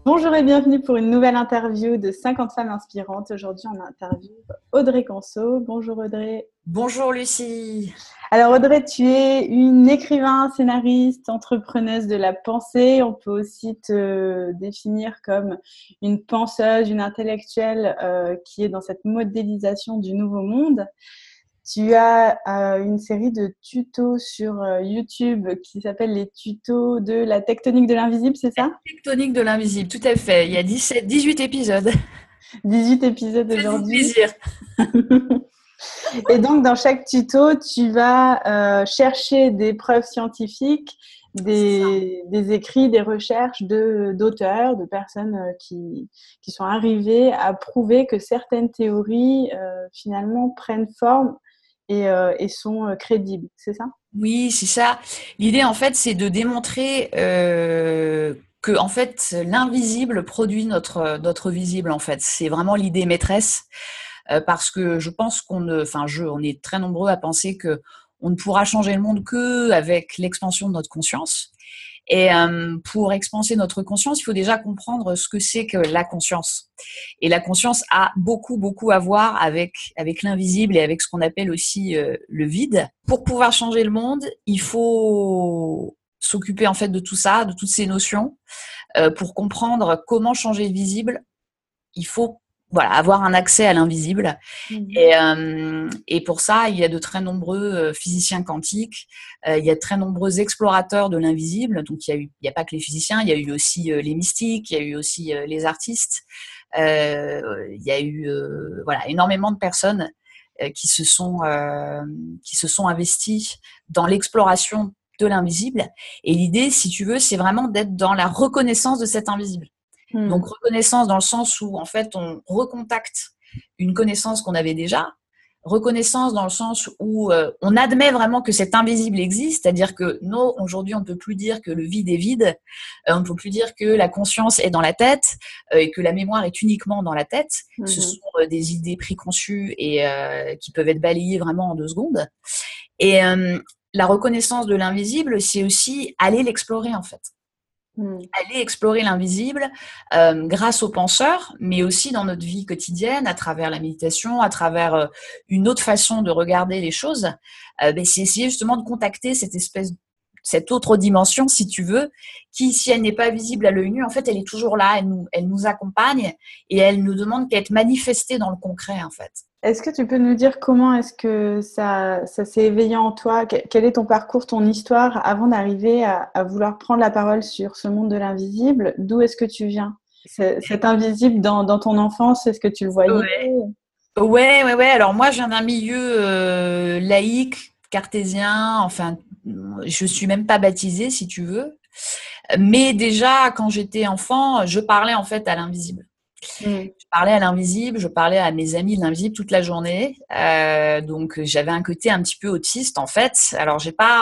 Bonjour et bienvenue pour une nouvelle interview de 50 femmes inspirantes. Aujourd'hui, on interviewe Audrey Canso. Bonjour Audrey. Bonjour Lucie. Alors Audrey, tu es une écrivain, scénariste, entrepreneuse de la pensée. On peut aussi te définir comme une penseuse, une intellectuelle qui est dans cette modélisation du nouveau monde. Tu as une série de tutos sur YouTube qui s'appelle les tutos de la tectonique de l'invisible, c'est ça? Tectonique de l'invisible, tout à fait. Il y a 18 épisodes. 18 épisodes Faites-vous aujourd'hui. plaisir. Et donc, dans chaque tuto, tu vas chercher des preuves scientifiques, C'est ça. des écrits, des recherches d'auteurs, de personnes qui sont arrivées à prouver que certaines théories, finalement, prennent forme et sont crédibles. C'est ça? Oui, c'est ça. L'idée, en fait, c'est de démontrer que, en fait, l'invisible produit notre visible, en fait. C'est vraiment l'idée maîtresse. Parce que je pense on est très nombreux à penser que on ne pourra changer le monde que avec l'expansion de notre conscience. Et pour expanser notre conscience, il faut déjà comprendre ce que c'est que la conscience. Et la conscience a beaucoup, beaucoup à voir avec l'invisible et avec ce qu'on appelle aussi le vide. Pour pouvoir changer le monde, il faut s'occuper en fait de tout ça, de toutes ces notions. Pour comprendre comment changer le visible, il faut avoir un accès à l'invisible. Mmh. Et pour ça, il y a de très nombreux physiciens quantiques, il y a de très nombreux explorateurs de l'invisible. Donc, il y a pas que les physiciens, il y a eu aussi les mystiques, il y a eu aussi les artistes. Il y a eu énormément de personnes qui se sont investies dans l'exploration de l'invisible. Et l'idée, si tu veux, c'est vraiment d'être dans la reconnaissance de cet invisible. Donc Mmh. reconnaissance dans le sens où en fait on recontacte une connaissance qu'on avait déjà, reconnaissance dans le sens où on admet vraiment que cet invisible existe, c'est-à-dire que non, aujourd'hui on ne peut plus dire que le vide est vide, on ne peut plus dire que la conscience est dans la tête et que la mémoire est uniquement dans la tête. Ce Mmh. sont des idées préconçues et qui peuvent être balayées vraiment en 2 secondes. Et la reconnaissance de l'invisible, c'est aussi aller l'explorer en fait, Mmh. aller explorer l'invisible grâce aux penseurs, mais aussi dans notre vie quotidienne, à travers la méditation, à travers une autre façon de regarder les choses. C'est essayer justement de contacter cette autre dimension, si tu veux, qui, si elle n'est pas visible à l'œil nu, en fait, elle est toujours là, elle nous accompagne et elle ne demande qu'à être manifestée dans le concret, en fait. Est-ce que tu peux nous dire comment est-ce que ça s'est éveillé en toi? Quel est ton parcours, ton histoire avant d'arriver à vouloir prendre la parole sur ce monde de l'invisible? D'où est-ce que tu viens? Cet invisible dans ton enfance, est-ce que tu le voyais? Ouais. Ouais. Alors moi, je viens d'un milieu laïque, cartésien. Enfin, je suis même pas baptisée, si tu veux. Mais déjà, quand j'étais enfant, je parlais en fait à l'invisible. Mmh. Je parlais à l'invisible, je parlais à mes amis de l'invisible toute la journée. Donc j'avais un côté un petit peu autiste en fait. Alors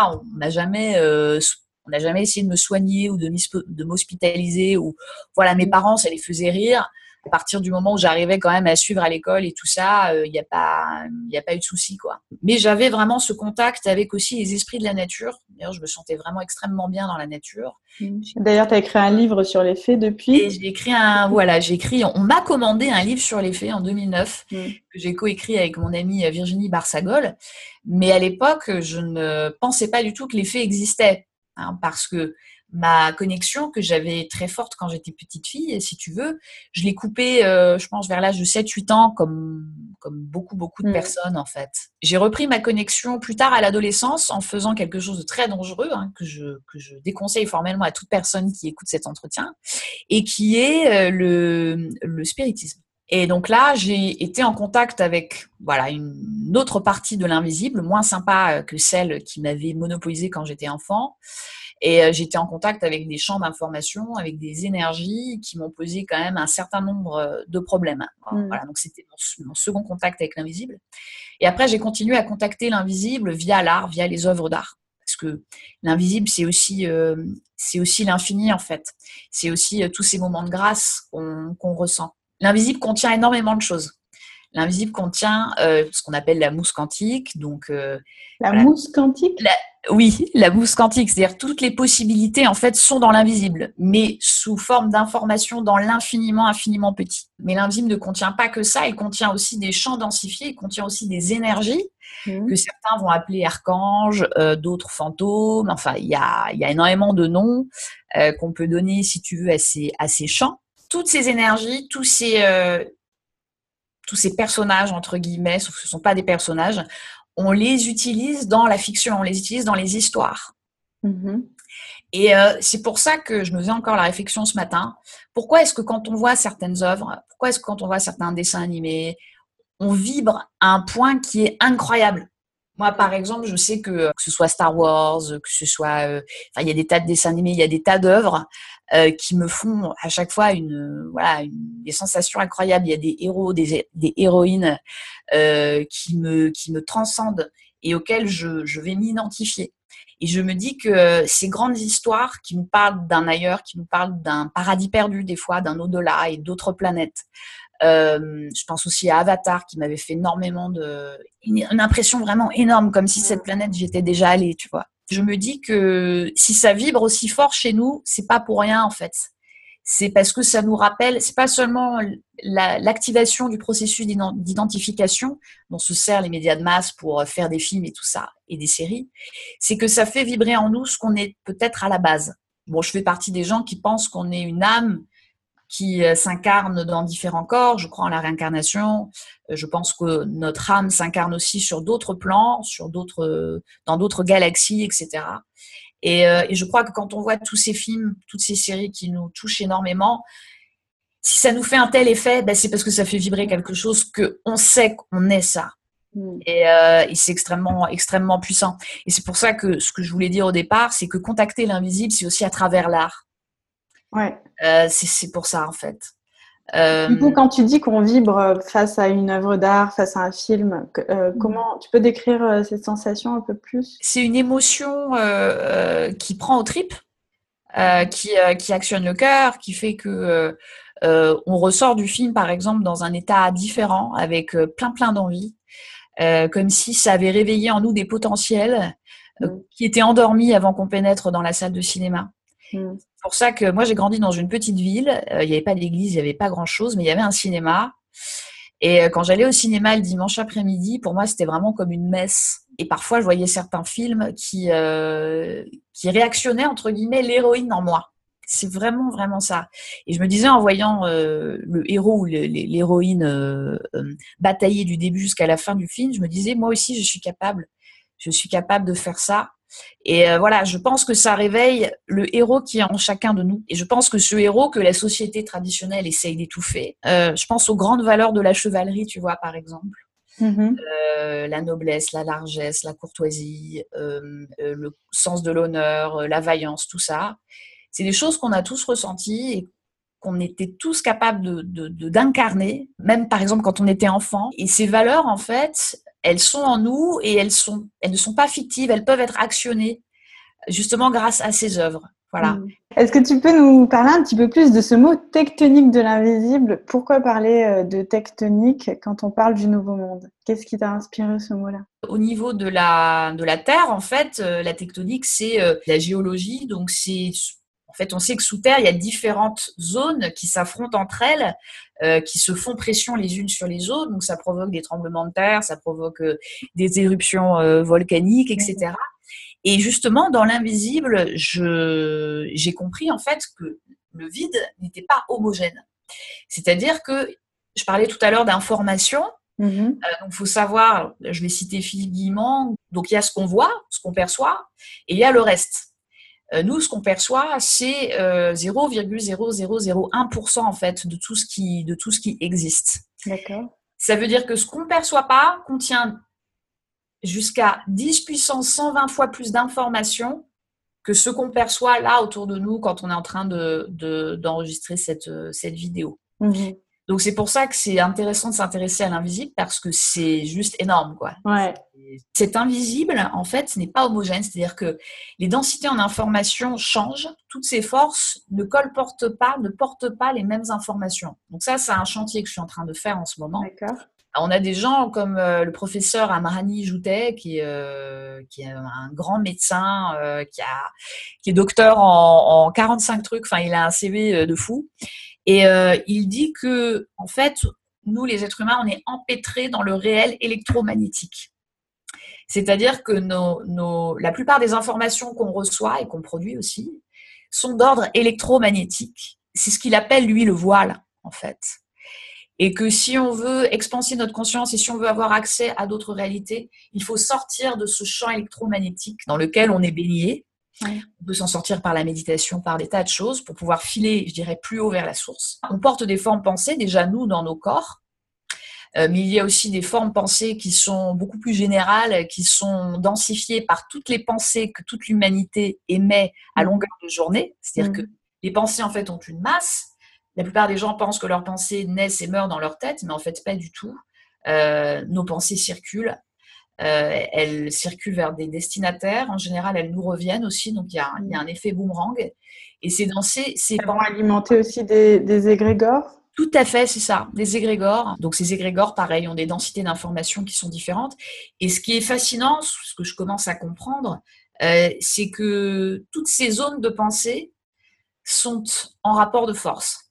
on n'a jamais essayé de me soigner ou de m'hospitaliser ou voilà, mes parents ça les faisait rire. À partir du moment où j'arrivais quand même à suivre à l'école et tout ça, il y a pas eu de souci quoi. Mais j'avais vraiment ce contact avec aussi les esprits de la nature. D'ailleurs, je me sentais vraiment extrêmement bien dans la nature. Mmh. D'ailleurs, tu as écrit un livre sur les faits Et depuis. on m'a commandé un livre sur les faits en 2009 Mmh. que j'ai coécrit avec mon amie Virginie Barsagol. Mais à l'époque, je ne pensais pas du tout que les faits existaient, hein, parce que ma connexion que j'avais très forte quand j'étais petite fille, si tu veux, je l'ai coupée, je pense, vers l'âge de 7-8 ans, comme beaucoup, beaucoup de Mmh. personnes, en fait. J'ai repris ma connexion plus tard à l'adolescence en faisant quelque chose de très dangereux, hein, que je déconseille formellement à toute personne qui écoute cet entretien et qui est le spiritisme. Et donc là, j'ai été en contact avec une autre partie de l'invisible, moins sympa que celle qui m'avait monopolisée quand j'étais enfant. Et j'étais en contact avec des champs d'information, avec des énergies qui m'ont posé quand même un certain nombre de problèmes. Mmh. Voilà, donc c'était mon second contact avec l'invisible. Et après, j'ai continué à contacter l'invisible via l'art, via les œuvres d'art. Parce que l'invisible, c'est aussi l'infini, en fait. C'est aussi tous ces moments de grâce qu'on ressent. L'invisible contient énormément de choses. L'invisible contient ce qu'on appelle la mousse quantique. Donc, La voilà. mousse quantique? Oui, la mousse quantique, c'est-à-dire toutes les possibilités en fait sont dans l'invisible, mais sous forme d'informations dans l'infiniment, infiniment petit. Mais l'invisible ne contient pas que ça, il contient aussi des champs densifiés, il contient aussi des énergies que certains vont appeler archanges, d'autres fantômes. Enfin, il y a énormément de noms qu'on peut donner, si tu veux, à ces champs. Toutes ces énergies, tous ces personnages, entre guillemets, sauf que ce ne sont pas des personnages, on les utilise dans la fiction, on les utilise dans les histoires. Et c'est pour ça que je me faisais encore la réflexion ce matin. Pourquoi est-ce que quand on voit certaines œuvres, pourquoi est-ce que quand on voit certains dessins animés, on vibre à un point qui est incroyable? Moi, par exemple, je sais que ce soit Star Wars, que ce soit... il y a des tas de dessins animés, il y a des tas d'œuvres qui me font à chaque fois des sensations incroyables. Il y a des héros, des héroïnes qui me transcendent et auxquels je vais m'identifier. Et je me dis que ces grandes histoires qui nous parlent d'un ailleurs, qui nous parlent d'un paradis perdu des fois, d'un au-delà et d'autres planètes, je pense aussi à Avatar qui m'avait fait une impression vraiment énorme, comme si cette planète j'y étais déjà allée, tu vois. Je me dis que si ça vibre aussi fort chez nous, c'est pas pour rien en fait. C'est parce que ça nous rappelle, c'est pas seulement l'activation du processus d'identification dont se servent les médias de masse pour faire des films et tout ça, et des séries, c'est que ça fait vibrer en nous ce qu'on est peut-être à la base. Bon, je fais partie des gens qui pensent qu'on est une âme qui s'incarne dans différents corps. Je crois en la réincarnation. Je pense que notre âme s'incarne aussi sur d'autres plans, dans d'autres galaxies, etc. Et je crois que quand on voit tous ces films, toutes ces séries qui nous touchent énormément, si ça nous fait un tel effet, c'est parce que ça fait vibrer quelque chose qu'on sait qu'on est ça. Et c'est extrêmement, extrêmement puissant. Et c'est pour ça que ce que je voulais dire au départ, c'est que contacter l'invisible, c'est aussi à travers l'art. Ouais. C'est pour ça, en fait. Du coup, quand tu dis qu'on vibre face à une œuvre d'art, face à un film, comment tu peux décrire cette sensation un peu plus? C'est une émotion qui prend aux tripes, qui actionne le cœur, qui fait que on ressort du film, par exemple, dans un état différent, avec plein d'envie, comme si ça avait réveillé en nous des potentiels qui étaient endormis avant qu'on pénètre dans la salle de cinéma. C'est pour ça que moi, j'ai grandi dans une petite ville. Il n'y avait pas d'église, il n'y avait pas grand-chose, mais il y avait un cinéma. Et quand j'allais au cinéma le dimanche après-midi, pour moi, c'était vraiment comme une messe. Et parfois, je voyais certains films qui réactionnaient, entre guillemets, l'héroïne en moi. C'est vraiment, vraiment ça. Et je me disais, en voyant le héros ou l'héroïne batailler du début jusqu'à la fin du film, je me disais, moi aussi, je suis capable. Je suis capable de faire ça. Et voilà, je pense que ça réveille le héros qui est en chacun de nous. Et je pense que ce héros que la société traditionnelle essaye d'étouffer, je pense aux grandes valeurs de la chevalerie, tu vois, par exemple. La noblesse, la largesse, la courtoisie, le sens de l'honneur, la vaillance, tout ça. C'est des choses qu'on a tous ressenties et qu'on était tous capables d'incarner, même par exemple quand on était enfant. Et ces valeurs, en fait, elles sont en nous et elles ne sont pas fictives, elles peuvent être actionnées justement grâce à ces œuvres. Voilà. Est-ce que tu peux nous parler un petit peu plus de ce mot tectonique de l'invisible? Pourquoi parler de tectonique quand on parle du Nouveau Monde? Qu'est-ce qui t'a inspiré ce mot-là? Au niveau de la Terre, en fait, la tectonique, c'est la géologie. Donc, en fait, on sait que sous Terre, il y a différentes zones qui s'affrontent entre elles, qui se font pression les unes sur les autres. Donc, ça provoque des tremblements de terre, ça provoque des éruptions volcaniques, etc. Et justement, dans l'invisible, j'ai compris en fait que le vide n'était pas homogène. C'est-à-dire que je parlais tout à l'heure d'information. Donc, il faut savoir, je vais citer Philippe Guillemont, donc il y a ce qu'on voit, ce qu'on perçoit, et il y a le reste. Nous, ce qu'on perçoit, c'est 0,0001% en fait de tout ce qui existe. D'accord. Ça veut dire que ce qu'on ne perçoit pas contient jusqu'à 10 puissance 120 fois plus d'informations que ce qu'on perçoit là autour de nous quand on est en train d'enregistrer cette vidéo. Donc, c'est pour ça que c'est intéressant de s'intéresser à l'invisible parce que c'est juste énorme, quoi. Ouais. Cet invisible, en fait, ce n'est pas homogène. C'est-à-dire que les densités en information changent. Toutes ces forces ne portent pas les mêmes informations. Donc ça, c'est un chantier que je suis en train de faire en ce moment. D'accord. On a des gens comme le professeur Amrani Joutet, qui est un grand médecin, qui est docteur en 45 trucs. Enfin, il a un CV de fou. Et il dit que, en fait, nous, les êtres humains, on est empêtrés dans le réel électromagnétique. C'est-à-dire que la plupart des informations qu'on reçoit et qu'on produit aussi sont d'ordre électromagnétique. C'est ce qu'il appelle, lui, le voile, en fait. Et que si on veut expanser notre conscience et si on veut avoir accès à d'autres réalités, il faut sortir de ce champ électromagnétique dans lequel on est baigné. Ouais. On peut s'en sortir par la méditation, par des tas de choses pour pouvoir filer, je dirais, plus haut vers la source. On porte des formes pensées, déjà nous, dans nos corps. Mais il y a aussi des formes pensées qui sont beaucoup plus générales, qui sont densifiées par toutes les pensées que toute l'humanité émet à longueur de journée. C'est-à-dire que les pensées, en fait, ont une masse. La plupart des gens pensent que leurs pensées naissent et meurent dans leur tête, mais en fait, pas du tout. Nos pensées circulent. Elles circulent vers des destinataires. En général, elles nous reviennent aussi. Donc, il y a un effet boomerang. Et c'est dans ces elles vont alimenter aussi des égrégores. Tout à fait, c'est ça, des égrégores. Donc ces égrégores, pareil, ont des densités d'informations qui sont différentes. Et ce qui est fascinant, ce que je commence à comprendre, c'est que toutes ces zones de pensée sont en rapport de force.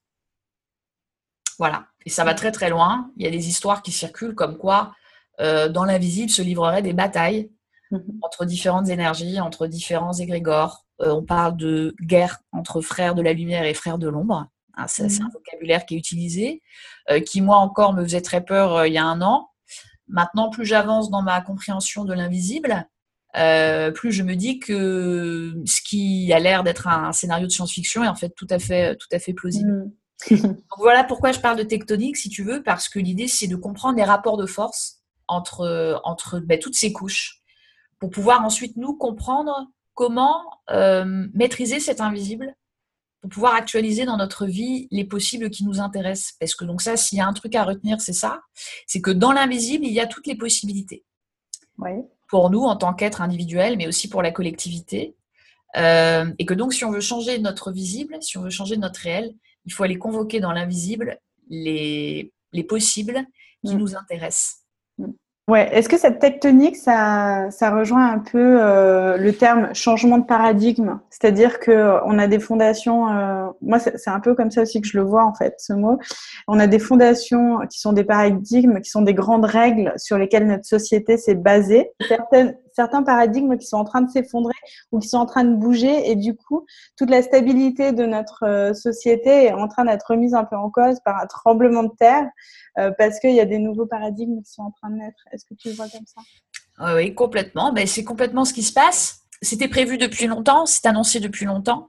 Voilà. Et ça va très très loin. Il y a des histoires qui circulent comme quoi, dans l'invisible, se livreraient des batailles entre différentes énergies, entre différents égrégores. On parle de guerre entre frères de la lumière et frères de l'ombre. C'est un vocabulaire qui est utilisé, qui moi encore me faisait très peur il y a un an. Maintenant, plus j'avance dans ma compréhension de l'invisible, plus je me dis que ce qui a l'air d'être un scénario de science-fiction est en fait tout à fait plausible. Donc voilà pourquoi je parle de tectonique, si tu veux, parce que l'idée c'est de comprendre les rapports de force entre toutes ces couches, pour pouvoir ensuite nous comprendre comment maîtriser cet invisible, pour pouvoir actualiser dans notre vie les possibles qui nous intéressent. Parce que donc ça, s'il y a un truc à retenir, c'est ça, c'est que dans l'invisible, il y a toutes les possibilités. Oui. Pour nous, en tant qu'être individuel, mais aussi pour la collectivité. Et que donc, si on veut changer notre visible, si on veut changer notre réel, il faut aller convoquer dans l'invisible les possibles qui nous intéressent. Ouais. Est-ce que cette tectonique, ça rejoint un peu le terme changement de paradigme? C'est-à-dire que on a des fondations. Moi, c'est un peu comme ça aussi que je le vois en fait, ce mot. On a des fondations qui sont des paradigmes, qui sont des grandes règles sur lesquelles notre société s'est basée. Certains paradigmes qui sont en train de s'effondrer ou qui sont en train de bouger, et du coup, toute la stabilité de notre société est en train d'être remise un peu en cause par un tremblement de terre. Parce qu'il y a des nouveaux paradigmes qui sont en train de naître. Est-ce que tu le vois comme ça? Oui, complètement. Ben, c'est complètement ce qui se passe. C'était prévu depuis longtemps, c'est annoncé depuis longtemps,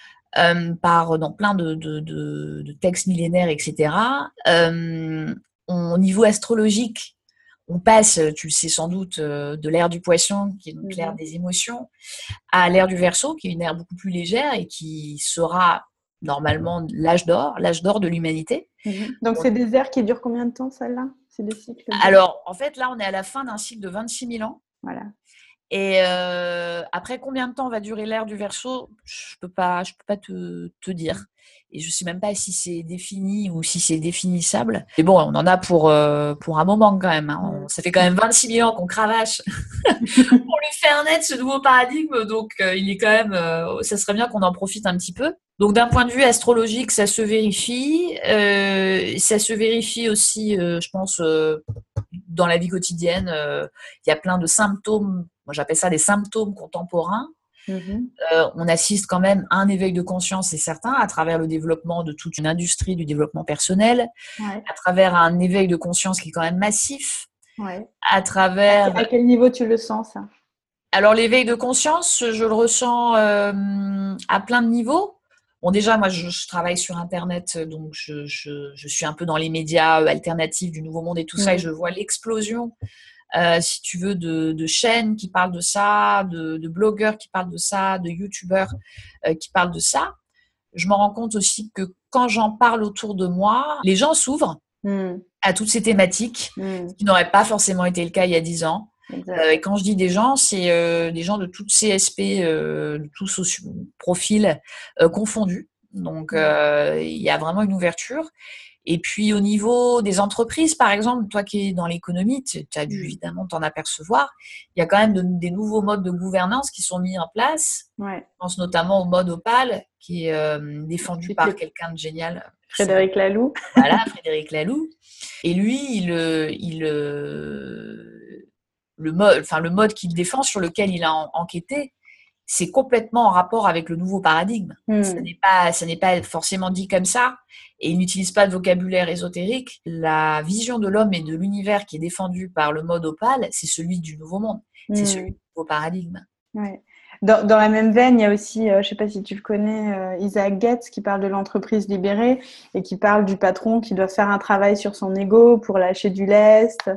dans plein de textes millénaires, etc. Au niveau astrologique, on passe, tu le sais sans doute, de l'ère du Poisson, qui est donc l'ère des émotions, à l'ère du Verseau, qui est une ère beaucoup plus légère et qui sera normalement l'âge d'or de l'humanité. Donc, c'est des ères qui durent combien de temps, celles-là? C'est des cycles? Alors, en fait, là, on est à la fin d'un cycle de 26 000 ans. Voilà. Et après combien de temps va durer l'ère du Verseau, je peux pas te dire. Et je sais même pas si c'est défini ou si c'est définissable. Mais bon, on en a pour un moment quand même. Hein. Ça fait quand même 26 000 ans qu'on cravache pour lui faire naître ce nouveau paradigme. Donc, il est quand même. Ça serait bien qu'on en profite un petit peu. Donc, d'un point de vue astrologique, ça se vérifie. Ça se vérifie aussi, je pense, dans la vie quotidienne. Il y a plein de symptômes. Moi, j'appelle ça des symptômes contemporains. On assiste quand même à un éveil de conscience, c'est certain, à travers le développement de toute une industrie du développement personnel, à travers un éveil de conscience qui est quand même massif, à travers… À quel niveau tu le sens, ça? Alors, l'éveil de conscience, je le ressens à plein de niveaux. Bon, déjà, moi, je travaille sur Internet, donc je suis un peu dans les médias alternatifs du Nouveau Monde et tout ça, et je vois l'explosion, si tu veux, de chaînes qui parlent de ça, de blogueurs qui parlent de ça, de youtubeurs qui parlent de ça. Je me rends compte aussi que quand j'en parle autour de moi, les gens s'ouvrent à toutes ces thématiques, ce qui n'aurait pas forcément été le cas il y a 10 ans. Et quand je dis des gens, c'est des gens de toutes CSP, de tous profils confondus. Donc, il y a vraiment une ouverture. Et puis au niveau des entreprises, par exemple, toi qui es dans l'économie, tu as dû évidemment t'en apercevoir, il y a quand même des nouveaux modes de gouvernance qui sont mis en place. Ouais. Je pense notamment au mode Opale, qui est défendu par quelqu'un de génial. Frédéric Laloux. Voilà, Frédéric Laloux. Et lui, le mode qu'il défend, sur lequel il a enquêté, c'est complètement en rapport avec le nouveau paradigme. Ça n'est pas forcément dit comme ça, et il n'utilise pas de vocabulaire ésotérique. La vision de l'homme et de l'univers qui est défendue par le mode Opale, c'est celui du nouveau monde, c'est celui du nouveau paradigme. Ouais. Dans la même veine, il y a aussi, je ne sais pas si tu le connais, Isaac Getz qui parle de l'entreprise libérée et qui parle du patron qui doit faire un travail sur son ego pour lâcher du lest.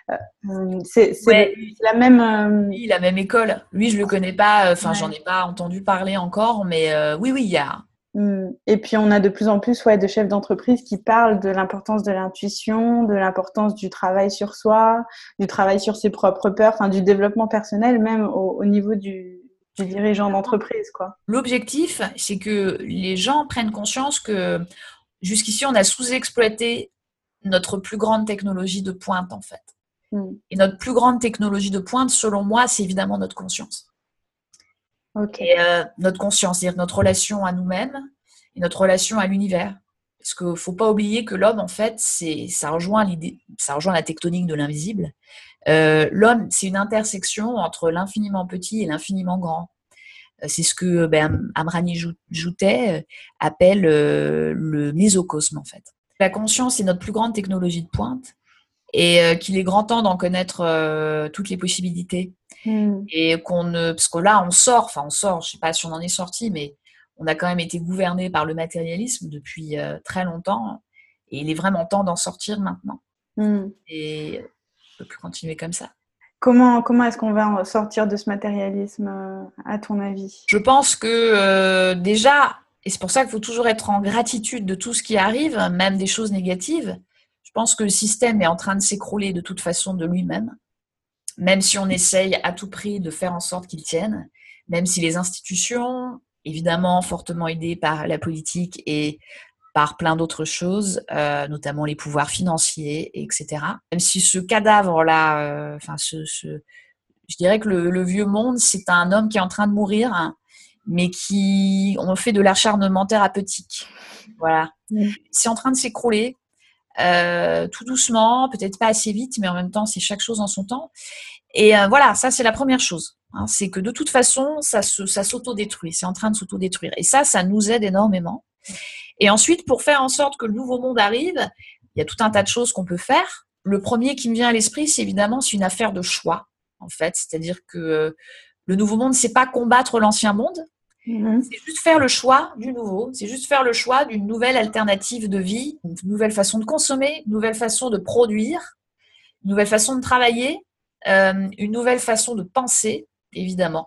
C'est la même... Oui, la même école. Lui, je ne le connais pas, j'en ai pas entendu parler encore, mais oui, il y a... Et puis, on a de plus en plus de chefs d'entreprise qui parlent de l'importance de l'intuition, de l'importance du travail sur soi, du travail sur ses propres peurs, du développement personnel, même au niveau du dirigeant d'entreprise, quoi. L'objectif, c'est que les gens prennent conscience que jusqu'ici, on a sous-exploité notre plus grande technologie de pointe, en fait. Et notre plus grande technologie de pointe, selon moi, c'est évidemment notre conscience. Okay. Et notre conscience, c'est-à-dire notre relation à nous-mêmes et notre relation à l'univers. Parce qu'il ne faut pas oublier que l'homme, en fait, ça rejoint la tectonique de l'invisible. L'homme, c'est une intersection entre l'infiniment petit et l'infiniment grand. C'est ce que Amrani Joutet appelle le mésocosme, en fait. La conscience est notre plus grande technologie de pointe et qu'il est grand temps d'en connaître toutes les possibilités. Et parce que là, on sort, je ne sais pas si on en est sorti, mais on a quand même été gouverné par le matérialisme depuis très longtemps et il est vraiment temps d'en sortir maintenant. Et on ne peut plus continuer comme ça. Comment est-ce qu'on va en sortir de ce matérialisme, à ton avis ? Je pense que déjà, et c'est pour ça qu'il faut toujours être en gratitude de tout ce qui arrive, même des choses négatives, je pense que le système est en train de s'écrouler de toute façon de lui-même, même si on essaye à tout prix de faire en sorte qu'il tienne, même si les institutions, évidemment fortement aidées par la politique et par plein d'autres choses, notamment les pouvoirs financiers, etc. Même si ce cadavre-là, je dirais que le vieux monde, c'est un homme qui est en train de mourir, hein, mais on fait de l'acharnement thérapeutique. Voilà. C'est en train de s'écrouler, tout doucement, peut-être pas assez vite, mais en même temps, c'est chaque chose en son temps. Et voilà, ça, c'est la première chose. Hein, c'est que de toute façon, ça s'autodétruit. C'est en train de s'autodétruire. Et ça nous aide énormément. Et ensuite, pour faire en sorte que le nouveau monde arrive, il y a tout un tas de choses qu'on peut faire. Le premier qui me vient à l'esprit, c'est une affaire de choix, en fait. C'est-à-dire que le nouveau monde, c'est pas combattre l'ancien monde, c'est juste faire le choix du nouveau, c'est juste faire le choix d'une nouvelle alternative de vie, une nouvelle façon de consommer, une nouvelle façon de produire, une nouvelle façon de travailler, une nouvelle façon de penser, évidemment.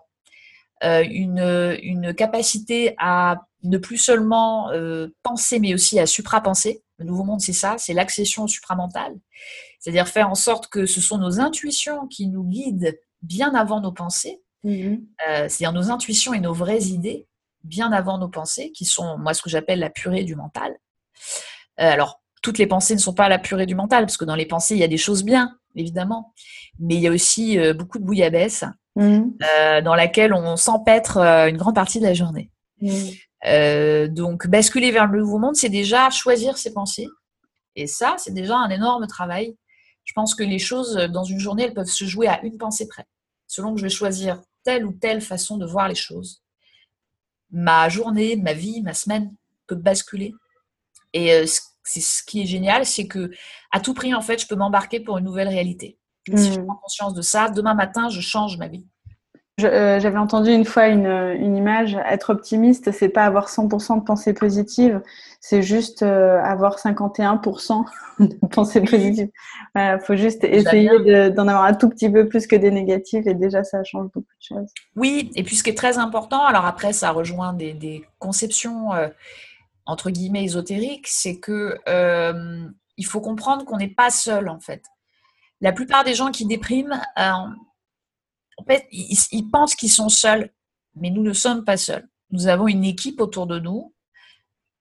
Une capacité à ne plus seulement penser, mais aussi à suprapenser. Le nouveau monde, c'est ça, c'est l'accession au supramental. C'est-à-dire faire en sorte que ce sont nos intuitions qui nous guident bien avant nos pensées. C'est-à-dire nos intuitions et nos vraies idées bien avant nos pensées, qui sont, moi, ce que j'appelle la purée du mental. Alors, toutes les pensées ne sont pas la purée du mental, parce que dans les pensées, il y a des choses bien, évidemment, mais il y a aussi beaucoup de bouillabaisse dans laquelle on s'empêtre une grande partie de la journée. Donc, basculer vers le nouveau monde, c'est déjà choisir ses pensées. Et ça, c'est déjà un énorme travail. Je pense que les choses, dans une journée, elles peuvent se jouer à une pensée près. Selon que je vais choisir telle ou telle façon de voir les choses, ma journée, ma vie, ma semaine peut basculer. Et c'est ce qui est génial, c'est que à tout prix, en fait, je peux m'embarquer pour une nouvelle réalité. Si je prends conscience de ça, demain matin, je change ma vie. J'avais entendu une fois une image, être optimiste, c'est pas avoir 100% de pensées positives, c'est juste avoir 51% de pensées positives. Voilà, faut juste essayer d'en avoir un tout petit peu plus que des négatives et déjà ça change beaucoup de choses. Oui, et puis ce qui est très important, alors après ça rejoint des conceptions entre guillemets ésotériques, c'est que il faut comprendre qu'on n'est pas seul en fait. La plupart des gens qui dépriment, en fait, ils pensent qu'ils sont seuls, mais nous ne sommes pas seuls. Nous avons une équipe autour de nous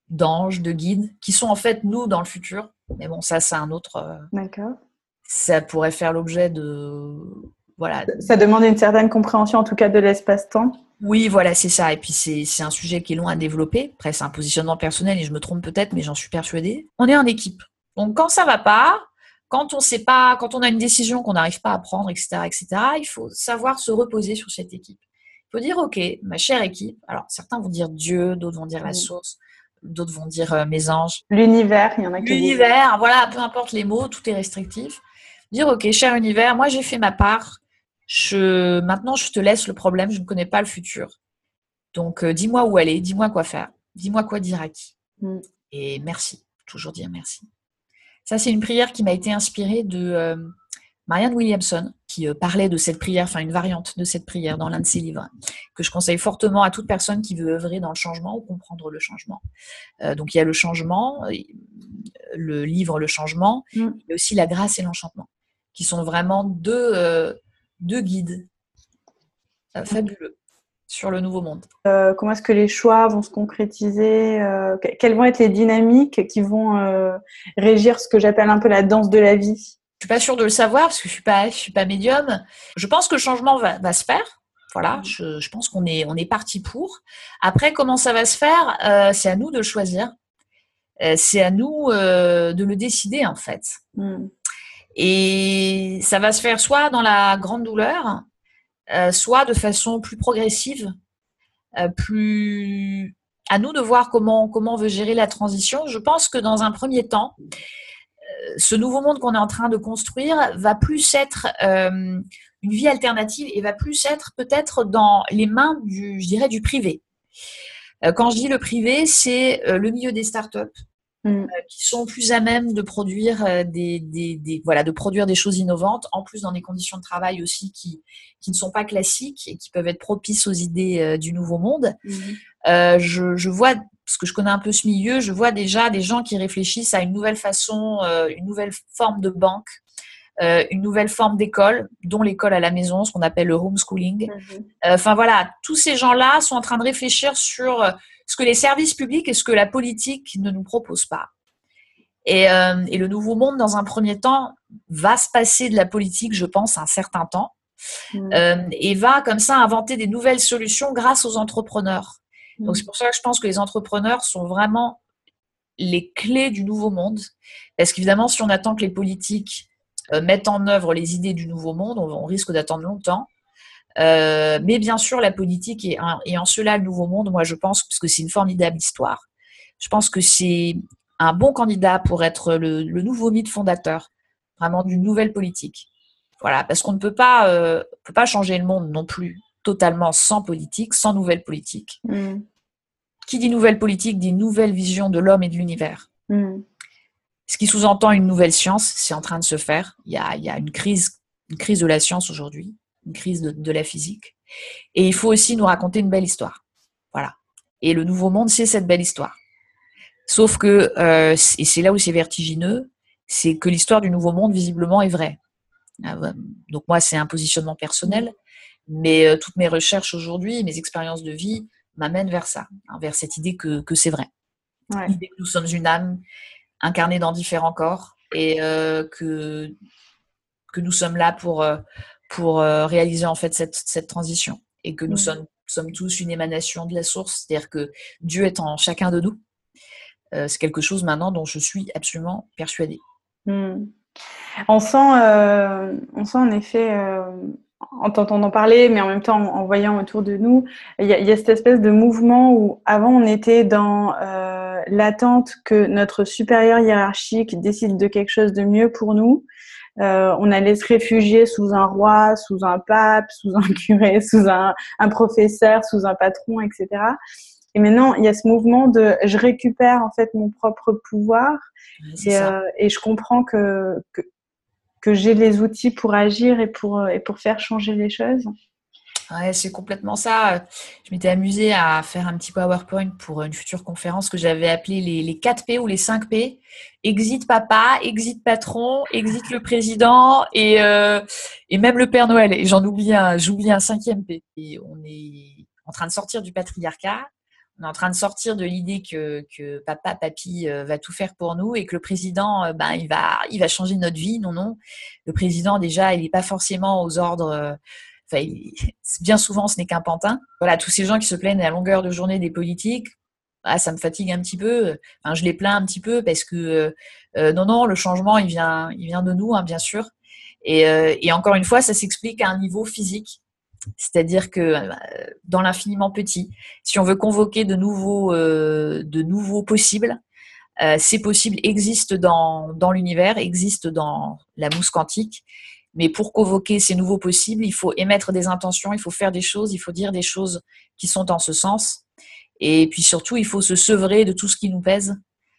d'anges, de guides, qui sont en fait nous dans le futur. Mais bon, ça, c'est un autre. D'accord. Ça pourrait faire l'objet de. Voilà. Ça demande une certaine compréhension, en tout cas, de l'espace-temps. Oui, voilà, c'est ça. Et puis, c'est un sujet qui est long à développer. Après, c'est un positionnement personnel et je me trompe peut-être, mais j'en suis persuadée. On est en équipe. Donc, quand ça va pas, quand on sait pas, quand on a une décision qu'on n'arrive pas à prendre, etc., etc., il faut savoir se reposer sur cette équipe. Il faut dire, OK, ma chère équipe. Alors, certains vont dire Dieu, d'autres vont dire la source, d'autres vont dire mes anges. L'univers, il y en a qui disent. L'univers, voilà, peu importe les mots, tout est restrictif. Dire, OK, cher univers, moi, j'ai fait ma part. Maintenant, je te laisse le problème, je ne connais pas le futur. Donc, dis-moi où aller, dis-moi quoi faire, dis-moi quoi dire à qui. Et merci, toujours dire merci. Ça, c'est une prière qui m'a été inspirée de Marianne Williamson, qui parlait de cette prière, enfin une variante de cette prière dans l'un de ses livres, que je conseille fortement à toute personne qui veut œuvrer dans le changement ou comprendre le changement. Donc, il y a le changement, le livre Le Changement, il y a aussi La Grâce et l'Enchantement, qui sont vraiment deux guides fabuleux sur le nouveau monde. Comment est-ce que les choix vont se concrétiser, quelles vont être les dynamiques qui vont régir ce que j'appelle un peu la danse de la vie? Je suis pas sûre de le savoir parce que je suis pas médium. Je pense que le changement va se faire. Voilà, je pense qu'on est parti pour. Après, comment ça va se faire, c'est à nous de le choisir. C'est à nous de le décider en fait. Et ça va se faire soit dans la grande douleur, soit de façon plus progressive, plus à nous de voir comment on veut gérer la transition. Je pense que dans un premier temps, ce nouveau monde qu'on est en train de construire va plus être une vie alternative et va plus être peut-être dans les mains je dirais, du privé. Quand je dis le privé, c'est le milieu des startups. Qui sont plus à même de produire de produire des choses innovantes, en plus dans des conditions de travail aussi qui ne sont pas classiques et qui peuvent être propices aux idées du nouveau monde. Je vois, parce que je connais un peu ce milieu, je vois déjà des gens qui réfléchissent à une nouvelle façon, une nouvelle forme de banque, une nouvelle forme d'école, dont l'école à la maison, ce qu'on appelle le homeschooling. Enfin voilà, tous ces gens-là sont en train de réfléchir sur ce que les services publics et ce que la politique ne nous propose pas. Et le nouveau monde, dans un premier temps, va se passer de la politique, je pense, un certain temps, et va comme ça inventer des nouvelles solutions grâce aux entrepreneurs. Donc c'est pour ça que je pense que les entrepreneurs sont vraiment les clés du nouveau monde. Parce qu'évidemment, si on attend que les politiques mettent en œuvre les idées du nouveau monde, on risque d'attendre longtemps. Mais bien sûr, la politique et en cela le nouveau monde, moi je pense, parce que c'est une formidable histoire, je pense que c'est un bon candidat pour être le nouveau mythe fondateur, vraiment d'une nouvelle politique. Voilà, parce qu'on ne peut pas changer le monde non plus totalement sans politique, sans nouvelle politique. Qui dit nouvelle politique dit nouvelle vision de l'homme et de l'univers. Ce qui sous-entend une nouvelle science, c'est en train de se faire. Il y a une crise de la science aujourd'hui, une crise de la physique. Et il faut aussi nous raconter une belle histoire. Voilà. Et le nouveau monde, c'est cette belle histoire. Sauf que, et c'est là où c'est vertigineux, c'est que l'histoire du nouveau monde, visiblement, est vraie. Donc moi, c'est un positionnement personnel, mais toutes mes recherches aujourd'hui, mes expériences de vie m'amènent vers ça, vers cette idée que c'est vrai. L'idée que nous sommes une âme incarnée dans différents corps et que nous sommes là pour réaliser en fait cette transition et que nous sommes tous une émanation de la source, c'est-à-dire que Dieu est en chacun de nous. C'est quelque chose maintenant dont je suis absolument persuadée. On sent en effet, en t'entendant parler, mais en même temps en voyant autour de nous, il y a cette espèce de mouvement où avant on était dans l'attente que notre supérieur hiérarchique décide de quelque chose de mieux pour nous. On allait se réfugier sous un roi, sous un pape, sous un curé, sous un professeur, sous un patron, etc. Et maintenant, il y a ce mouvement de je récupère en fait mon propre pouvoir et je comprends que j'ai les outils pour agir et pour faire changer les choses. Ouais, c'est complètement ça. Je m'étais amusée à faire un petit PowerPoint pour une future conférence que j'avais appelée les 4 P ou les 5 P. Exit papa, exit patron, exit le président et même le Père Noël. Et j'oublie un 5e P. Et on est en train de sortir du patriarcat. On est en train de sortir de l'idée que papa, papy va tout faire pour nous et que le président, il va changer notre vie. Non, non. Le président, déjà, il n'est pas forcément aux ordres. Bien souvent, ce n'est qu'un pantin. Voilà, tous ces gens qui se plaignent à longueur de journée des politiques, ça me fatigue un petit peu. Enfin, je les plains un petit peu parce que non, non, le changement, il vient de nous, hein, bien sûr. Et encore une fois, ça s'explique à un niveau physique. C'est-à-dire que dans l'infiniment petit, si on veut convoquer de nouveaux possibles, ces possibles existent dans l'univers, existent dans la mousse quantique. Mais pour convoquer ces nouveaux possibles, il faut émettre des intentions, il faut faire des choses, il faut dire des choses qui sont en ce sens. Et puis surtout, il faut se sevrer de tout ce qui nous pèse.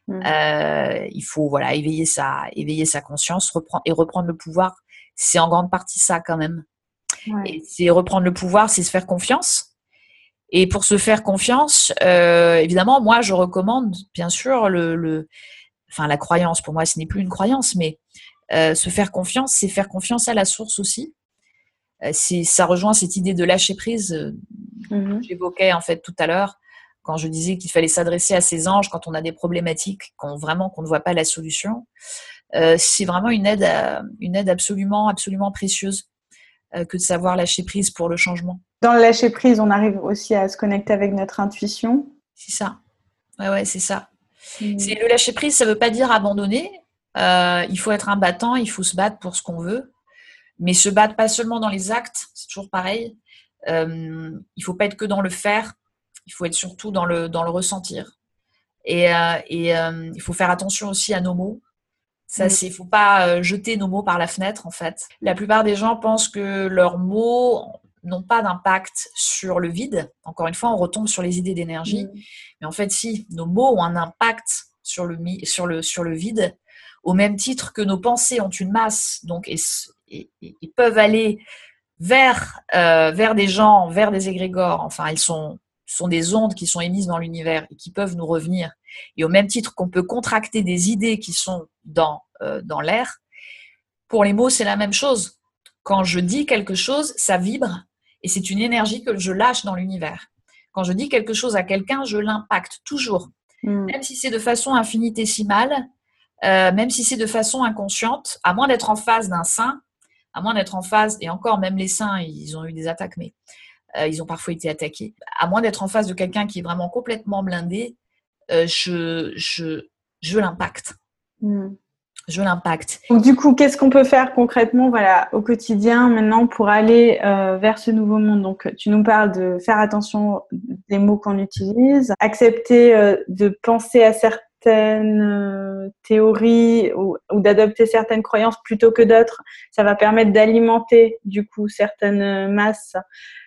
Il faut éveiller sa conscience reprendre le pouvoir. C'est en grande partie ça quand même. Ouais. Et c'est reprendre le pouvoir, c'est se faire confiance. Et pour se faire confiance, évidemment, moi, je recommande, bien sûr, la croyance. Pour moi, ce n'est plus une croyance, mais se faire confiance, c'est faire confiance à la source aussi. Ça rejoint cette idée de lâcher prise que j'évoquais en fait tout à l'heure, quand je disais qu'il fallait s'adresser à ses anges quand on a des problématiques, qu'on ne voit pas la solution. C'est vraiment une aide absolument, absolument précieuse. Que de savoir lâcher prise pour le changement. Dans le lâcher prise, on arrive aussi à se connecter avec notre intuition. C'est ça. Ouais, c'est ça. C'est le lâcher prise, ça ne veut pas dire abandonner. Il faut être un battant, il faut se battre pour ce qu'on veut. Mais se battre pas seulement dans les actes, c'est toujours pareil. Il ne faut pas être que dans le faire, il faut être surtout dans le ressentir. Et il faut faire attention aussi à nos mots. Ça, il ne faut pas jeter nos mots par la fenêtre, en fait. La plupart des gens pensent que leurs mots n'ont pas d'impact sur le vide. Encore une fois, on retombe sur les idées d'énergie. Mais en fait, si, nos mots ont un impact sur le vide, au même titre que nos pensées ont une masse, donc et peuvent aller vers des gens, vers des égrégores. Enfin, elles sont des ondes qui sont émises dans l'univers et qui peuvent nous revenir. Et au même titre qu'on peut contracter des idées qui sont dans l'air, pour les mots, c'est la même chose. Quand je dis quelque chose, ça vibre et c'est une énergie que je lâche dans l'univers. Quand je dis quelque chose à quelqu'un, je l'impacte toujours. Même si c'est de façon infinitésimale, même si c'est de façon inconsciente, à moins d'être en face d'un saint, à moins d'être en face, et encore, même les saints, ils ont eu des attaques, mais ils ont parfois été attaqués. À moins d'être en face de quelqu'un qui est vraiment complètement blindé, je l'impacte. Je l'impacte. Donc du coup, qu'est-ce qu'on peut faire concrètement, au quotidien maintenant pour aller vers ce nouveau monde? Donc tu nous parles de faire attention des mots qu'on utilise, accepter de penser à certaines théories ou d'adopter certaines croyances plutôt que d'autres. Ça va permettre d'alimenter du coup certaines masses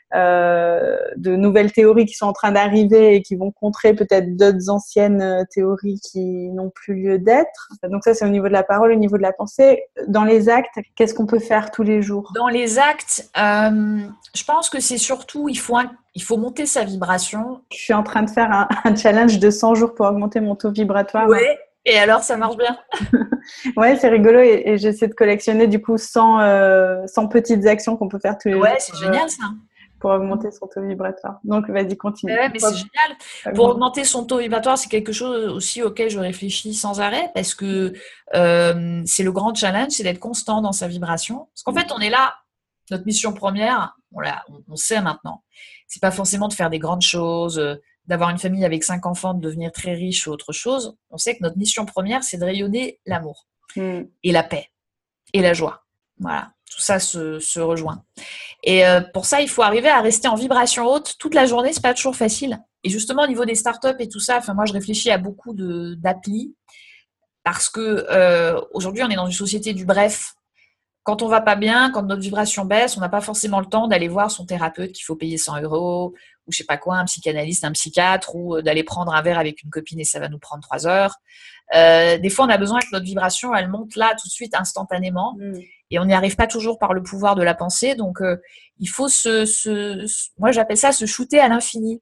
de nouvelles théories qui sont en train d'arriver et qui vont contrer peut-être d'autres anciennes théories qui n'ont plus lieu d'être. Donc ça, c'est au niveau de la parole, au niveau de la pensée. Dans les actes, qu'est-ce qu'on peut faire tous les jours? Dans les actes, je pense que c'est surtout, il faut monter sa vibration. Je suis en train de faire un challenge de 100 jours pour augmenter mon taux vibratoire. Ouais. Et alors, ça marche bien? Ouais, c'est rigolo et j'essaie de collectionner du coup 100 petites actions qu'on peut faire tous les jours. Ouais, c'est génial ça. Pour augmenter son taux vibratoire. Donc, vas-y, continue. Ouais, mais c'est génial. Pour augmenter son taux vibratoire, c'est quelque chose aussi auquel je réfléchis sans arrêt parce que c'est le grand challenge, c'est d'être constant dans sa vibration. Parce qu'en fait, on est là, notre mission première, on sait maintenant. C'est pas forcément de faire des grandes choses, d'avoir une famille avec 5 enfants, de devenir très riche ou autre chose. On sait que notre mission première, c'est de rayonner l'amour et la paix et la joie. Voilà, tout ça se rejoint. Et pour ça, il faut arriver à rester en vibration haute toute la journée. C'est pas toujours facile. Et justement, au niveau des startups et tout ça, moi, je réfléchis à beaucoup d'applis parce que aujourd'hui, on est dans une société du bref. Quand on va pas bien, quand notre vibration baisse, on n'a pas forcément le temps d'aller voir son thérapeute qu'il faut payer 100 € ou je sais pas quoi, un psychanalyste, un psychiatre ou d'aller prendre un verre avec une copine et ça va nous prendre 3 heures. Des fois, on a besoin que notre vibration, elle monte là tout de suite, instantanément. Et on n'y arrive pas toujours par le pouvoir de la pensée. Donc, il faut moi, j'appelle ça se shooter à l'infini.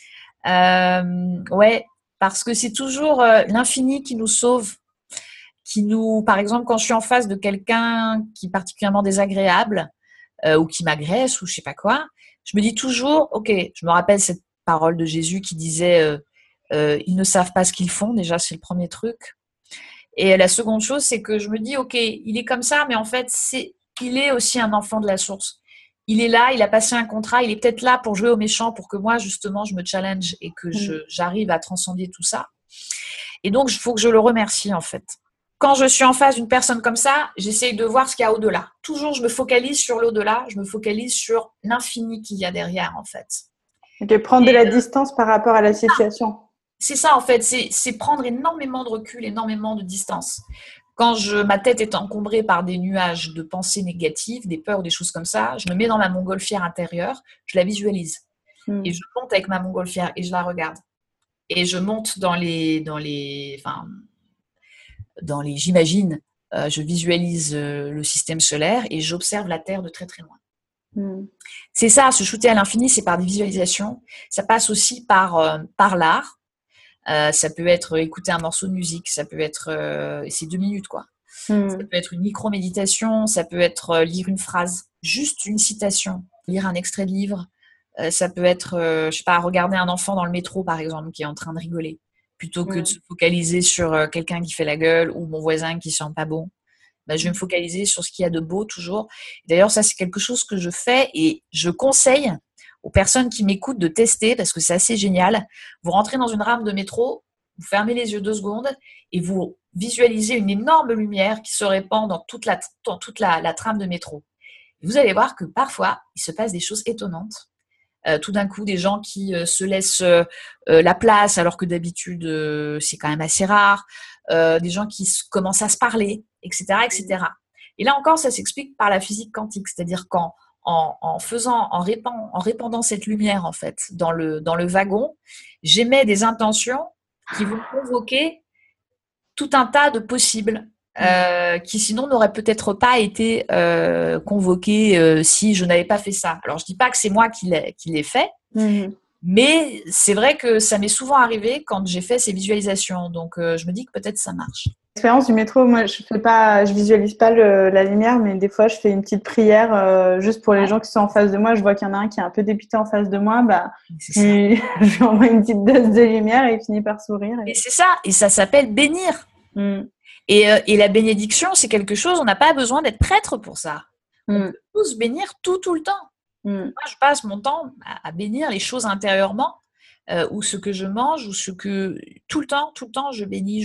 Ouais, parce que c'est toujours l'infini qui nous sauve. Par exemple, quand je suis en face de quelqu'un qui est particulièrement désagréable ou qui m'agresse ou je sais pas quoi, je me dis toujours, ok, je me rappelle parole de Jésus qui disait ils ne savent pas ce qu'ils font. Déjà, c'est le premier truc. Et la seconde chose, c'est que je me dis, ok, il est comme ça, mais en fait, il est aussi un enfant de la source. Il est là, il a passé un contrat, il est peut-être là pour jouer au méchant, pour que moi, justement, je me challenge et que j'arrive à transcender tout ça. Et donc, il faut que je le remercie, en fait. Quand je suis en face d'une personne comme ça, j'essaye de voir ce qu'il y a au-delà. Toujours, je me focalise sur l'au-delà, je me focalise sur l'infini qu'il y a derrière, en fait. Ok, prendre de la distance par rapport à la situation. C'est ça, en fait, c'est prendre énormément de recul, énormément de distance. Quand ma tête est encombrée par des nuages de pensées négatives, des peurs, des choses comme ça, je me mets dans ma montgolfière intérieure, je la visualise. Et je monte avec ma montgolfière et je la regarde. Et je monte j'imagine, je visualise le système solaire et j'observe la Terre de très très loin. C'est ça, se shooter à l'infini, c'est par des visualisations. Ça passe aussi par l'art. Ça peut être écouter un morceau de musique, ça peut être, c'est 2 minutes quoi. Ça peut être une micro-méditation, ça peut être lire une phrase, juste une citation, lire un extrait de livre. Ça peut être, je sais pas, regarder un enfant dans le métro par exemple qui est en train de rigoler, plutôt que de se focaliser sur quelqu'un qui fait la gueule ou mon voisin qui sent pas bon. Je vais me focaliser sur ce qu'il y a de beau toujours. D'ailleurs, ça c'est quelque chose que je fais et je conseille aux personnes qui m'écoutent de tester parce que c'est assez génial. Vous rentrez dans une rame de métro, vous fermez les yeux 2 secondes et vous visualisez une énorme lumière qui se répand dans toute la trame de métro. Vous allez voir que parfois, il se passe des choses étonnantes. Tout d'un coup, des gens qui se laissent la place alors que d'habitude, c'est quand même assez rare. Des gens qui commencent à se parler, etc., etc. Et là encore, ça s'explique par la physique quantique, c'est-à-dire en répandant cette lumière en fait dans le wagon, j'émets des intentions qui vont convoquer tout un tas de possibles qui sinon n'auraient peut-être pas été convoqués si je n'avais pas fait ça. Alors je dis pas que c'est moi qui l'ai fait, mais c'est vrai que ça m'est souvent arrivé quand j'ai fait ces visualisations. Donc je me dis que peut-être ça marche. L'expérience du métro, moi je visualise pas la lumière, mais des fois je fais une petite prière juste pour les gens qui sont en face de moi. Je vois qu'il y en a un qui est un peu dépité en face de moi, je lui envoie une petite dose de lumière et il finit par sourire. Et c'est ça, et ça s'appelle bénir. Et la bénédiction, c'est quelque chose, on n'a pas besoin d'être prêtre pour ça. On peut tous bénir tout le temps. Moi, je passe mon temps à bénir les choses intérieurement, ou ce que je mange, ou ce que tout le temps, je bénis.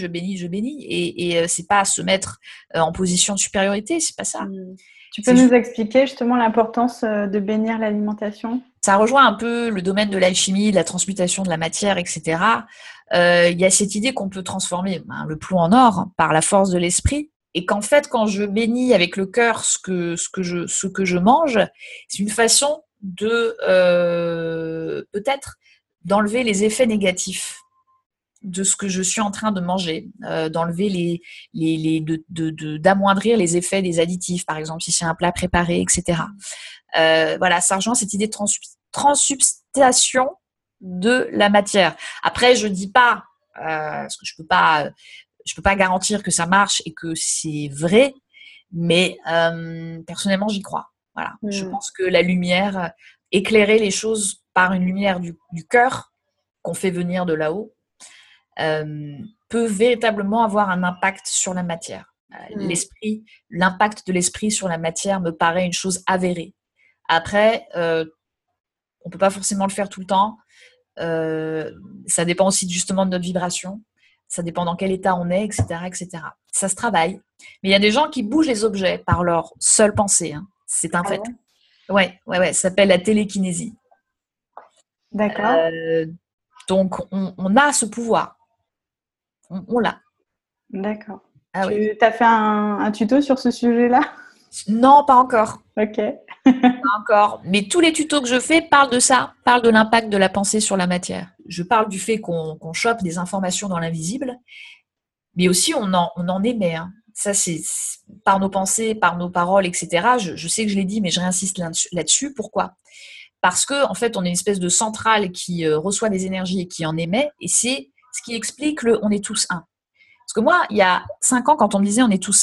Et c'est pas se mettre en position de supériorité, c'est pas ça. Tu peux nous expliquer justement l'importance de bénir l'alimentation ? Ça rejoint un peu le domaine de l'alchimie, de la transmutation de la matière, etc. Il y a cette idée qu'on peut transformer le plomb en or par la force de l'esprit. Et qu'en fait, quand je bénis avec le cœur ce que je mange, c'est une façon de peut-être d'enlever les effets négatifs de ce que je suis en train de manger, d'enlever d'amoindrir les effets des additifs, par exemple si c'est un plat préparé, etc. Voilà, ça rejoint cette idée de transsubstantiation de la matière. Après, je dis pas, parce que je peux pas garantir que ça marche et que c'est vrai, mais personnellement, j'y crois. Voilà, je pense que la lumière, éclairer les choses par une lumière du cœur qu'on fait venir de là-haut, peut véritablement avoir un impact sur la matière. L'impact de l'esprit sur la matière me paraît une chose avérée. Après, on peut pas forcément le faire tout le temps. Ça dépend aussi justement de notre vibration. Ça dépend dans quel état on est, etc., etc. Ça se travaille. Mais il y a des gens qui bougent les objets par leur seule pensée. Hein. C'est un fait. Ouais. Ça s'appelle la télékinésie. D'accord. Donc, on a ce pouvoir. On l'a. D'accord. Tu as fait un tuto sur ce sujet-là ? Non, pas encore. Ok. Pas encore. Mais tous les tutos que je fais parlent de ça, parlent de l'impact de la pensée sur la matière. Je parle du fait qu'on chope des informations dans l'invisible, mais aussi on en émet. Hein. Ça, c'est par nos pensées, par nos paroles, etc. Je sais que je l'ai dit, mais je réinsiste là-dessus. Pourquoi ? Parce que en fait, on est une espèce de centrale qui reçoit des énergies et qui en émet, et c'est ce qui explique on est tous un. Parce que moi, il y a 5 ans, quand on me disait on est tous un,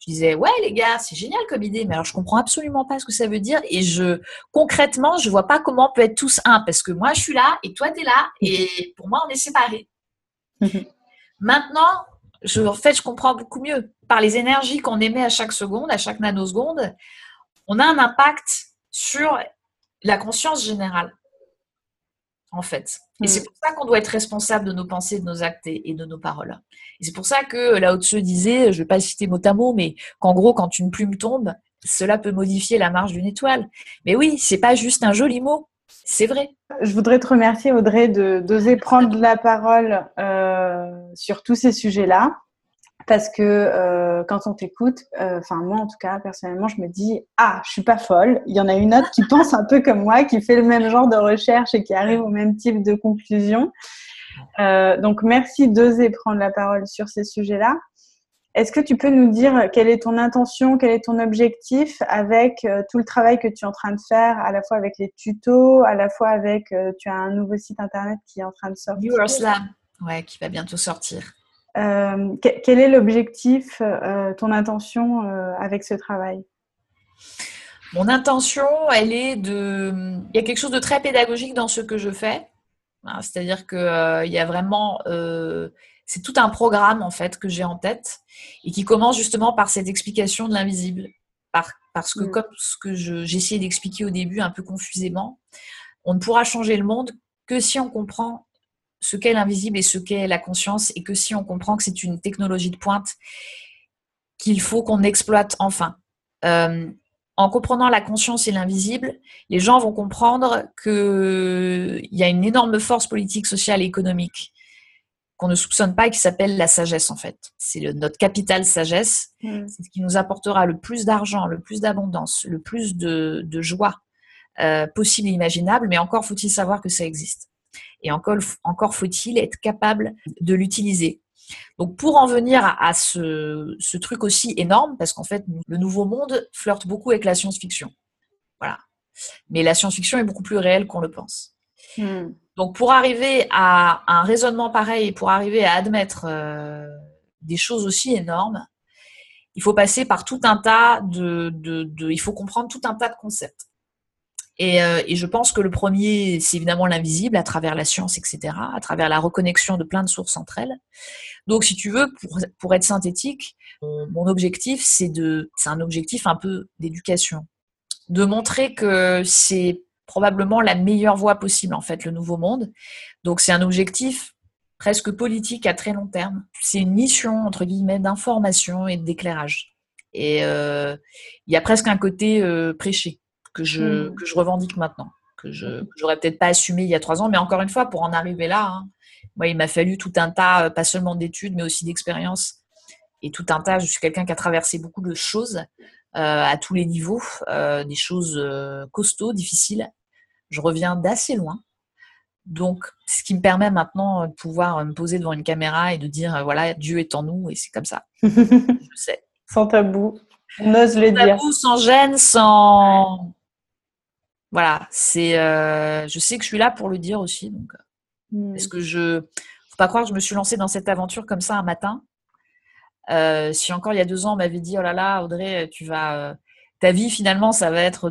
Je disais, ouais, les gars, c'est génial comme idée, mais alors je comprends absolument pas ce que ça veut dire. Et concrètement, je vois pas comment on peut être tous un, parce que moi, je suis là et toi, tu es là. Et pour moi, on est séparés. Maintenant, en fait, je comprends beaucoup mieux. Par les énergies qu'on émet à chaque seconde, à chaque nanoseconde, on a un impact sur la conscience générale, en fait. Et c'est pour ça qu'on doit être responsable de nos pensées, de nos actes et de nos paroles. Et c'est pour ça que Lao Tzu disait, je ne vais pas citer mot à mot, mais qu'en gros, quand une plume tombe, cela peut modifier la marche d'une étoile. Mais oui, c'est pas juste un joli mot, c'est vrai. Je voudrais te remercier, Audrey, d'oser prendre la parole sur tous ces sujets-là. Parce que quand on t'écoute, moi en tout cas, personnellement, je me dis « Ah, je suis pas folle. Il y en a une autre qui pense un peu comme moi, qui fait le même genre de recherche et qui arrive au même type de conclusion. » Donc, merci d'oser prendre la parole sur ces sujets-là. Est-ce que tu peux nous dire quelle est ton intention, quel est ton objectif avec tout le travail que tu es en train de faire, à la fois avec les tutos, à la fois avec, tu as un nouveau site internet qui est en train de sortir. New Earth Lab, ouais, qui va bientôt sortir. Quel est l'objectif, ton intention avec ce travail? Mon intention, il y a quelque chose de très pédagogique dans ce que je fais. C'est-à-dire que il y a vraiment, c'est tout un programme en fait que j'ai en tête et qui commence justement par cette explication de l'invisible. Parce que comme ce que j'essayais d'expliquer au début un peu confusément, on ne pourra changer le monde que si on comprend ce qu'est l'invisible et ce qu'est la conscience, et que si on comprend que c'est une technologie de pointe qu'il faut qu'on exploite enfin. En comprenant la conscience et l'invisible, les gens vont comprendre qu'il y a une énorme force politique, sociale et économique qu'on ne soupçonne pas et qui s'appelle la sagesse, en fait. C'est notre capital sagesse. C'est ce qui nous apportera le plus d'argent, le plus d'abondance, le plus de joie possible et imaginable, mais encore faut-il savoir que ça existe. Et encore faut-il être capable de l'utiliser. Donc, pour en venir à ce truc aussi énorme, parce qu'en fait, le nouveau monde flirte beaucoup avec la science-fiction. Voilà. Mais la science-fiction est beaucoup plus réelle qu'on le pense. Donc, pour arriver à un raisonnement pareil et pour arriver à admettre des choses aussi énormes, il faut passer par tout un tas il faut comprendre tout un tas de concepts. Et je pense que le premier, c'est évidemment l'invisible à travers la science, etc., à travers la reconnexion de plein de sources entre elles. Donc, si tu veux, pour être synthétique, mon objectif, c'est un objectif un peu d'éducation, de montrer que c'est probablement la meilleure voie possible, en fait, le nouveau monde. Donc, c'est un objectif presque politique à très long terme. C'est une mission, entre guillemets, d'information et d'éclairage. Et il y a presque un côté prêché que je revendique maintenant, que j'aurais peut-être pas assumé il y a 3 ans, mais encore une fois, pour en arriver là, moi, il m'a fallu tout un tas, pas seulement d'études, mais aussi d'expériences, et tout un tas. Je suis quelqu'un qui a traversé beaucoup de choses à tous les niveaux, des choses costauds, difficiles. Je reviens d'assez loin. Donc, ce qui me permet maintenant de pouvoir me poser devant une caméra et de dire, voilà, Dieu est en nous, et c'est comme ça. Je sais. Sans tabou, on ose le dire. Sans tabou, sans gêne, sans... Voilà, je sais que je suis là pour le dire aussi, donc... Parce que faut pas croire que je me suis lancée dans cette aventure comme ça un matin. Si encore il y a 2 ans, on m'avait dit, oh là là, Audrey, ta vie finalement, ça va être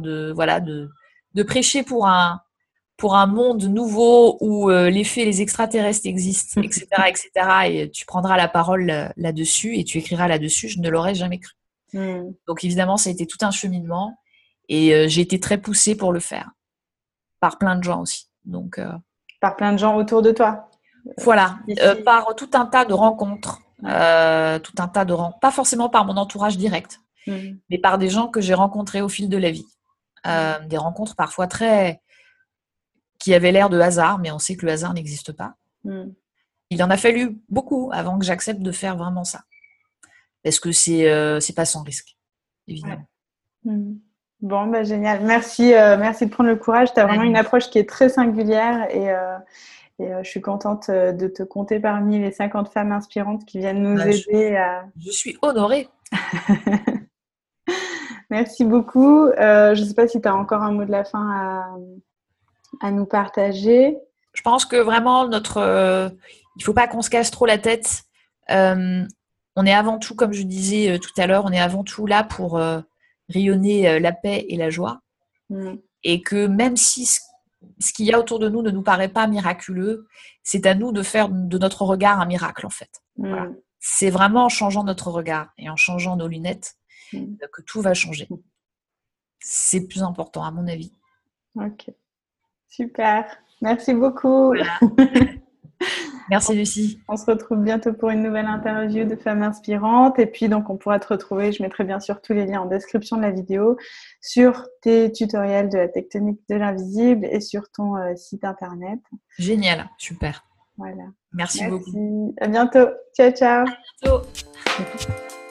de prêcher pour un monde nouveau où les extraterrestres existent, etc., etc. Et tu prendras la parole là-dessus et tu écriras là-dessus. Je ne l'aurais jamais cru. Donc évidemment, ça a été tout un cheminement et j'ai été très poussée pour le faire par plein de gens aussi. Donc par plein de gens autour de toi. Voilà, par tout un tas de rencontres, pas forcément par mon entourage direct, mais par des gens que j'ai rencontrés au fil de la vie. Des rencontres parfois qui avaient l'air de hasard, mais on sait que le hasard n'existe pas. Il en a fallu beaucoup avant que j'accepte de faire vraiment ça. Parce que c'est pas sans risque, évidemment. Bon, génial. Merci de prendre le courage. Tu as vraiment une approche qui est très singulière et je suis contente de te compter parmi les 50 femmes inspirantes qui viennent nous aider à... Je suis honorée. Merci beaucoup. Je ne sais pas si tu as encore un mot de la fin à nous partager. Je pense que vraiment, il ne faut pas qu'on se casse trop la tête. on est avant tout, comme je disais tout à l'heure, on est avant tout là pour rayonner la paix et la joie. Et que même si ce qu'il y a autour de nous ne nous paraît pas miraculeux, c'est à nous de faire de notre regard un miracle, en fait. Voilà. C'est vraiment en changeant notre regard et en changeant nos lunettes que tout va changer. C'est le plus important, à mon avis. Ok, super. Merci beaucoup. Voilà. Merci Lucie. On se retrouve bientôt pour une nouvelle interview de Femmes Inspirantes. Et puis, donc, on pourra te retrouver. Je mettrai bien sûr tous les liens en description de la vidéo sur tes tutoriels de la tectonique de l'invisible et sur ton site internet. Génial, super. Voilà. Merci beaucoup. À bientôt. Ciao, ciao. À bientôt.